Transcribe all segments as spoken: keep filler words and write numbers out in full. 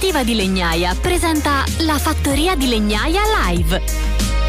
Cooperativa di Legnaia presenta la Fattoria di Legnaia Live.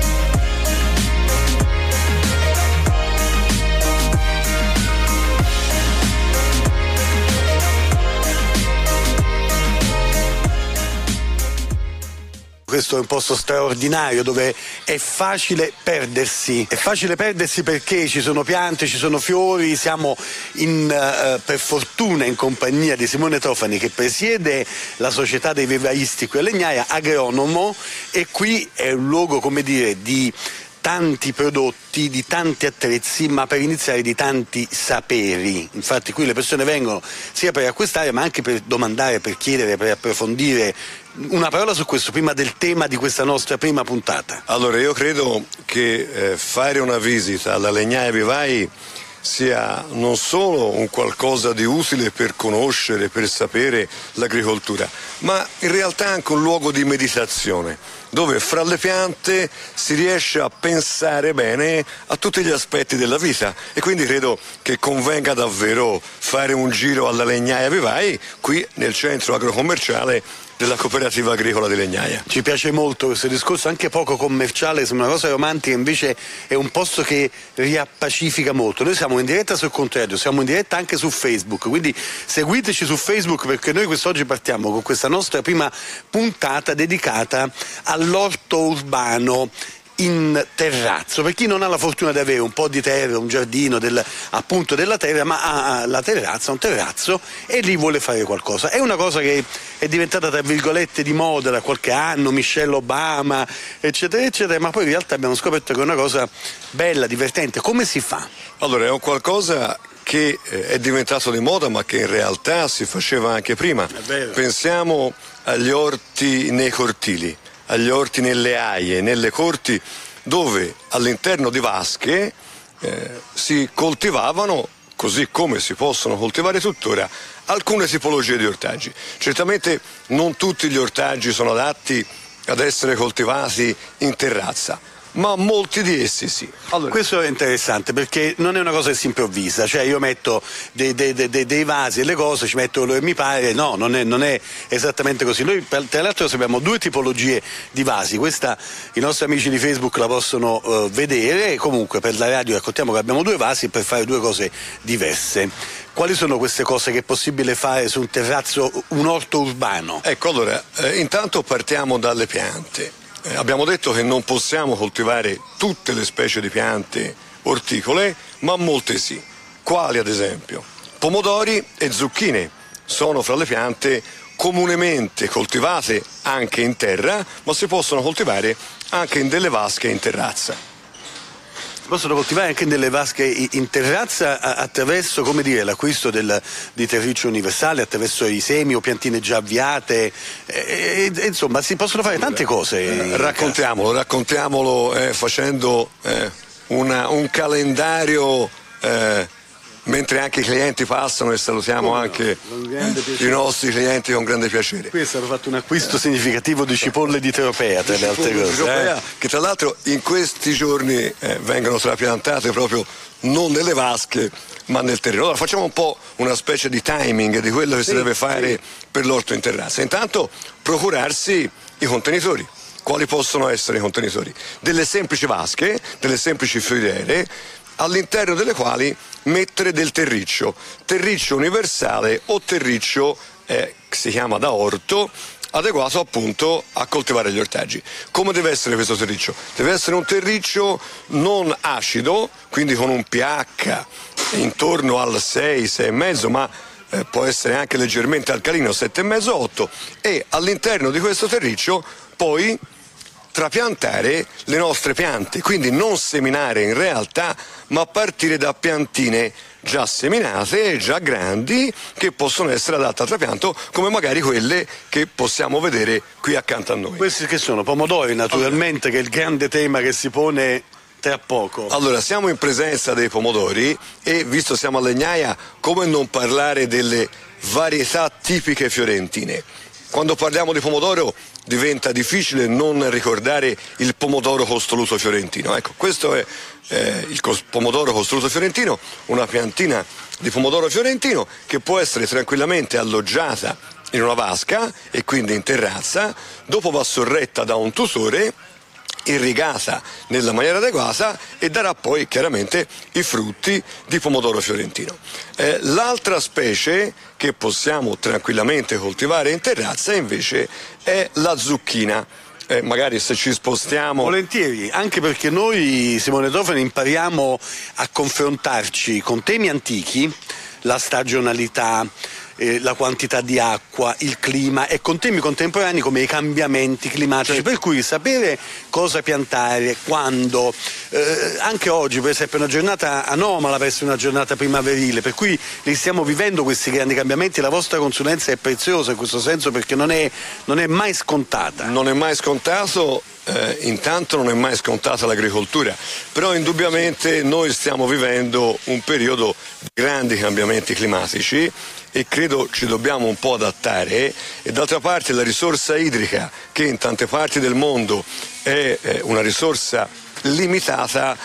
Questo è un posto straordinario dove è facile perdersi, è facile perdersi perché ci sono piante, ci sono fiori, siamo in, uh, per fortuna in compagnia di Simone Tofani che presiede la società dei vivaisti qui a Legnaia, agronomo, e qui è un luogo, come dire, di tanti prodotti, di tanti attrezzi, ma per iniziare di tanti saperi. Infatti qui le persone vengono sia per acquistare ma anche per domandare, per chiedere, per approfondire. Una parola su questo prima del tema di questa nostra prima puntata. Allora, io credo che eh, fare una visita alla Legnaia Vivai sia non solo un qualcosa di utile per conoscere, per sapere l'agricoltura, ma in realtà anche un luogo di meditazione, dove fra le piante si riesce a pensare bene a tutti gli aspetti della vita, e quindi credo che convenga davvero fare un giro alla Legnaia Vivai qui nel centro agrocommerciale della Cooperativa Agricola di Legnaia. Ci piace molto questo discorso, anche poco commerciale, sembra una cosa romantica, invece è un posto che riappacifica molto. Noi siamo in diretta sul Contrario, siamo in diretta anche su Facebook, quindi seguiteci su Facebook, perché noi quest'oggi partiamo con questa nostra prima puntata dedicata all'orto urbano in terrazzo. Per chi non ha la fortuna di avere un po' di terra, un giardino del, appunto della terra, ma ha la terrazza, un terrazzo, e lì vuole fare qualcosa. È una cosa che è diventata tra virgolette di moda da qualche anno, Michelle Obama, eccetera eccetera, ma poi in realtà abbiamo scoperto che è una cosa bella, divertente. Come si fa? Allora, è un qualcosa che è diventato di moda, ma che in realtà si faceva anche prima. Pensiamo agli orti nei cortili, agli orti nelle aie, nelle corti, dove all'interno di vasche eh, si coltivavano, così come si possono coltivare tuttora, alcune tipologie di ortaggi. Certamente non tutti gli ortaggi sono adatti ad essere coltivati in terrazza, ma molti di essi sì. Allora, questo è interessante perché non è una cosa che si improvvisa, cioè io metto dei, dei, dei, dei vasi e le cose, ci metto quello che mi pare, no, non è, non è esattamente così. Noi tra l'altro abbiamo due tipologie di vasi, questa i nostri amici di Facebook la possono uh, vedere, e comunque per la radio raccontiamo che abbiamo due vasi per fare due cose diverse. Quali sono queste cose che è possibile fare su un terrazzo, un orto urbano? Ecco, allora, eh, intanto partiamo dalle piante. Eh, abbiamo detto che non possiamo coltivare tutte le specie di piante orticole, ma molte sì. Quali ad esempio? Pomodori e zucchine sono fra le piante comunemente coltivate anche in terra, ma si possono coltivare anche in delle vasche in terrazza. Si possono coltivare anche nelle vasche in terrazza attraverso, come dire, l'acquisto del, di terriccio universale, attraverso i semi o piantine già avviate, e, e, insomma si possono fare tante cose. Eh, raccontiamolo, raccontiamolo eh, facendo eh, una, un calendario eh, mentre anche i clienti passano, e salutiamo oh, anche no, i nostri clienti con grande piacere. Qui è stato fatto un acquisto significativo di cipolle di Tropea, tra le altre cose. Tropea, eh? Che tra l'altro in questi giorni eh, vengono trapiantate proprio non nelle vasche ma nel terreno. Allora facciamo un po' una specie di timing di quello che sì, si deve fare sì. per l'orto in terrazza. Intanto procurarsi i contenitori. Quali possono essere i contenitori? Delle semplici vasche, delle semplici fioriere, all'interno delle quali mettere del terriccio, terriccio universale o terriccio eh, che si chiama da orto, adeguato appunto a coltivare gli ortaggi. Come deve essere questo terriccio? Deve essere un terriccio non acido, quindi con un pH intorno al sei, sei e mezzo, ma eh, può essere anche leggermente alcalino, sette e mezzo, otto, e all'interno di questo terriccio poi trapiantare le nostre piante, quindi non seminare in realtà, ma partire da piantine già seminate e già grandi che possono essere adatte al trapianto, come magari quelle che possiamo vedere qui accanto a noi. Questi che sono pomodori, naturalmente, che è il grande tema che si pone tra poco. Allora, siamo in presenza dei pomodori e, visto siamo a Legnaia, come non parlare delle varietà tipiche fiorentine? Quando parliamo di pomodoro diventa difficile non ricordare il pomodoro costoluto fiorentino. Ecco, questo è eh, il cos- pomodoro costoluto fiorentino, una piantina di pomodoro fiorentino che può essere tranquillamente alloggiata in una vasca e quindi in terrazza, dopo va sorretta da un tutore, irrigata nella maniera adeguata e darà poi chiaramente i frutti di pomodoro fiorentino. Eh, l'altra specie che possiamo tranquillamente coltivare in terrazza invece è la zucchina. Eh, magari se ci spostiamo... Volentieri, anche perché noi, Simone Tofani, impariamo a confrontarci con temi antichi, la stagionalità, Eh, la quantità di acqua, il clima, e con temi contemporanei come i cambiamenti climatici, per cui sapere cosa piantare, quando, eh, anche oggi per esempio è una giornata anomala per essere una giornata primaverile, per cui li stiamo vivendo questi grandi cambiamenti. La vostra consulenza è preziosa in questo senso, perché non è, non è mai scontata. Non è mai scontato. Eh, intanto non è mai scontata l'agricoltura, però indubbiamente noi stiamo vivendo un periodo di grandi cambiamenti climatici e credo ci dobbiamo un po' adattare, e d'altra parte la risorsa idrica, che in tante parti del mondo è eh, una risorsa limitata,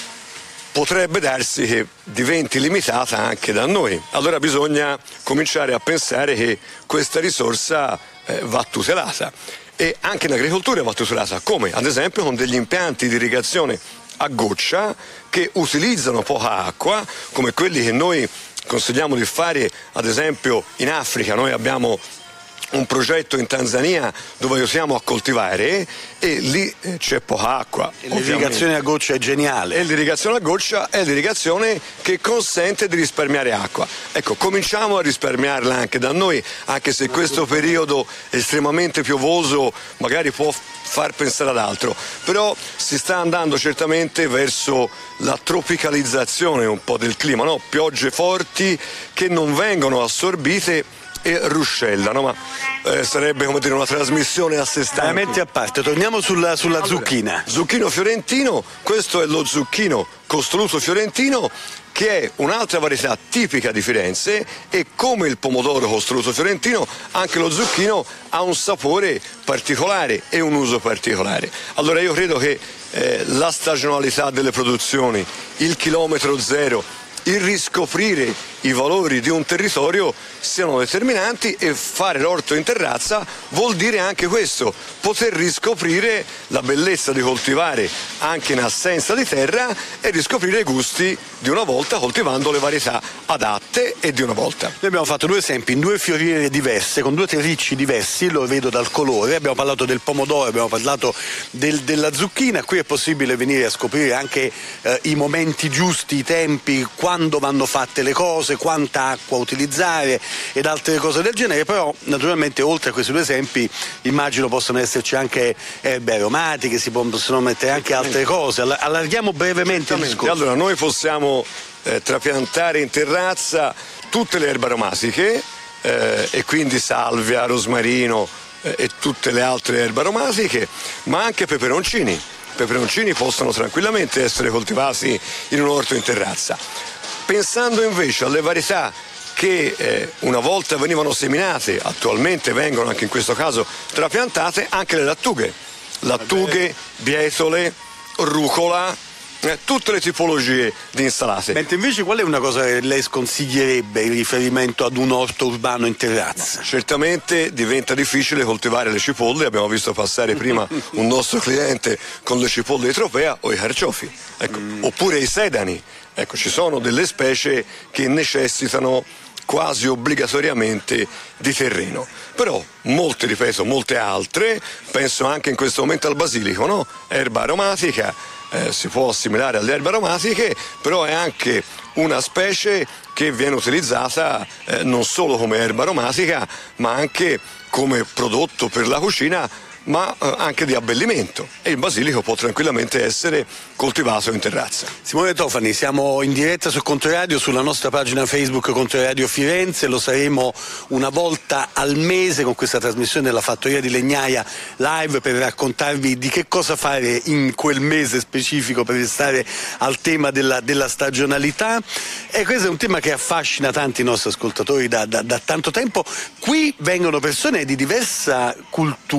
potrebbe darsi che diventi limitata anche da noi. Allora bisogna cominciare a pensare che questa risorsa eh, va tutelata. E anche in agricoltura va tutelata, come ad esempio con degli impianti di irrigazione a goccia che utilizzano poca acqua, come quelli che noi consigliamo di fare ad esempio in Africa. Noi abbiamo un progetto in Tanzania dove aiutiamo a coltivare e lì c'è poca acqua. E l'irrigazione a goccia è geniale. E l'irrigazione a goccia è l'irrigazione che consente di risparmiare acqua. Ecco, cominciamo a risparmiarla anche da noi, anche se questo periodo estremamente piovoso magari può far pensare ad altro, però si sta andando certamente verso la tropicalizzazione un po' del clima, no? Piogge forti che non vengono assorbite e ruscellano, ma eh, sarebbe come dire una trasmissione a sé stante. Veramente a parte, torniamo sulla, sulla allora, zucchina. Zucchino fiorentino, questo è lo zucchino costoluto fiorentino, che è un'altra varietà tipica di Firenze, e come il pomodoro costoluto fiorentino anche lo zucchino ha un sapore particolare e un uso particolare. Allora io credo che eh, la stagionalità delle produzioni, il chilometro zero, il riscoprire i valori di un territorio siano determinanti, e fare l'orto in terrazza vuol dire anche questo, poter riscoprire la bellezza di coltivare anche in assenza di terra e riscoprire i gusti di una volta, coltivando le varietà adatte e di una volta. Noi abbiamo fatto due esempi in due fioriere diverse, con due terricci diversi, lo vedo dal colore. Abbiamo parlato del pomodoro, abbiamo parlato del, della zucchina. Qui è possibile venire a scoprire anche eh, i momenti giusti, i tempi, quando vanno fatte le cose, quanta acqua utilizzare ed altre cose del genere. Però naturalmente oltre a questi due esempi immagino possano esserci anche erbe aromatiche, si possono mettere anche altre cose. Allarghiamo brevemente il discorso. Allora noi possiamo eh, trapiantare in terrazza tutte le erbe aromatiche, eh, e quindi salvia, rosmarino eh, e tutte le altre erbe aromatiche, ma anche peperoncini. Peperoncini possono tranquillamente essere coltivati in un orto in terrazza. Pensando invece alle varietà che eh, una volta venivano seminate, attualmente vengono anche in questo caso trapiantate, anche le lattughe, lattughe, bietole, rucola, eh, tutte le tipologie di insalate. Mentre invece qual è una cosa che lei sconsiglierebbe in riferimento ad un orto urbano in terrazza? No, certamente diventa difficile coltivare le cipolle, abbiamo visto passare prima un nostro cliente con le cipolle di Tropea o i carciofi, ecco, mm. oppure i sedani. Ecco, ci sono delle specie che necessitano quasi obbligatoriamente di terreno, però molte, ripeto, molte altre, penso anche in questo momento al basilico, no? Erba aromatica, eh, si può assimilare alle erbe aromatiche, però è anche una specie che viene utilizzata eh, non solo come erba aromatica, ma anche come prodotto per la cucina, ma eh, anche di abbellimento, e il basilico può tranquillamente essere coltivato in terrazza. Simone Tofani, siamo in diretta su Controradio, sulla nostra pagina Facebook Controradio Firenze, lo saremo una volta al mese con questa trasmissione della Fattoria di Legnaia live, per raccontarvi di che cosa fare in quel mese specifico per restare al tema della, della stagionalità, e questo è un tema che affascina tanti nostri ascoltatori da, da, da tanto tempo. Qui vengono persone di diversa cultura, cioè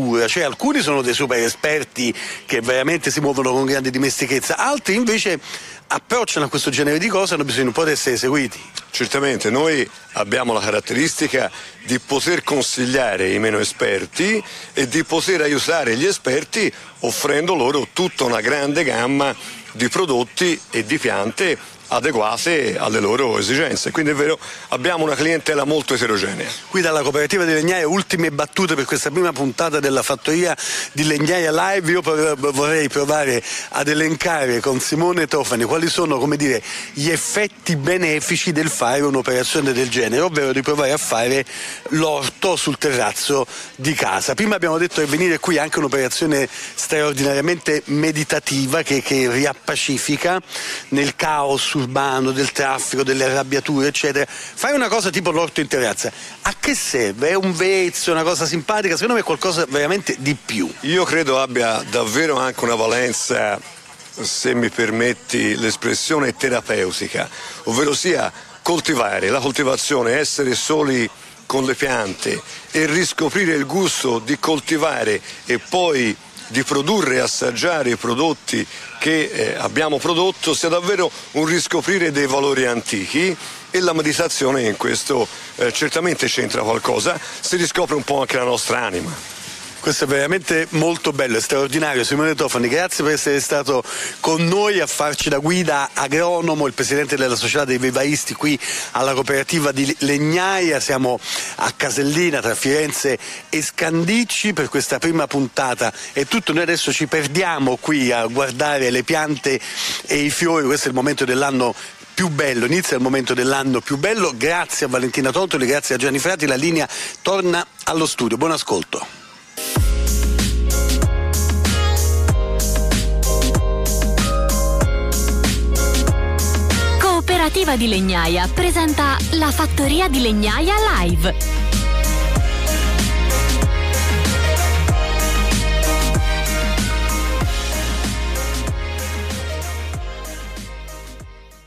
alcuni sono dei super esperti che veramente si muovono con grande dimestichezza, altri invece approcciano a questo genere di cose, hanno bisogno un po' di essere seguiti. Certamente, noi abbiamo la caratteristica di poter consigliare i meno esperti e di poter aiutare gli esperti offrendo loro tutta una grande gamma di prodotti e di piante adeguate alle loro esigenze. Quindi è vero, abbiamo una clientela molto eterogenea. Qui dalla Cooperativa di Legnaia, ultime battute per questa prima puntata della Fattoria di Legnaia Live. Io vorrei provare ad elencare con Simone Tofani quali sono, come dire, gli effetti benefici del fare un'operazione del genere, ovvero di provare a fare l'orto sul terrazzo di casa. Prima abbiamo detto che venire qui è anche un'operazione straordinariamente meditativa che, che riappacifica nel caos urbano, del traffico, delle arrabbiature, eccetera. Fare una cosa tipo l'orto in terrazza, a che serve? È un vezzo, una cosa simpatica? Secondo me è qualcosa veramente di più. Io credo abbia davvero anche una valenza, se mi permetti l'espressione, terapeutica, ovvero sia coltivare, la coltivazione, essere soli con le piante e riscoprire il gusto di coltivare e poi di produrre e assaggiare i prodotti che eh, abbiamo prodotto, sia davvero un riscoprire dei valori antichi, e la meditazione in questo eh, certamente c'entra qualcosa, si riscopre un po' anche la nostra anima. Questo è veramente molto bello, è straordinario. Simone Tofani, grazie per essere stato con noi a farci da guida agronomo, il presidente della società dei vivaisti qui alla Cooperativa di Legnaia. Siamo a Casellina tra Firenze e Scandicci per questa prima puntata. È tutto, noi adesso ci perdiamo qui a guardare le piante e i fiori. Questo è il momento dell'anno più bello, inizia il momento dell'anno più bello. Grazie a Valentina Tontoli, grazie a Gianni Frati. La linea torna allo studio. Buon ascolto. Cooperativa di Legnaia presenta la Fattoria di Legnaia Live.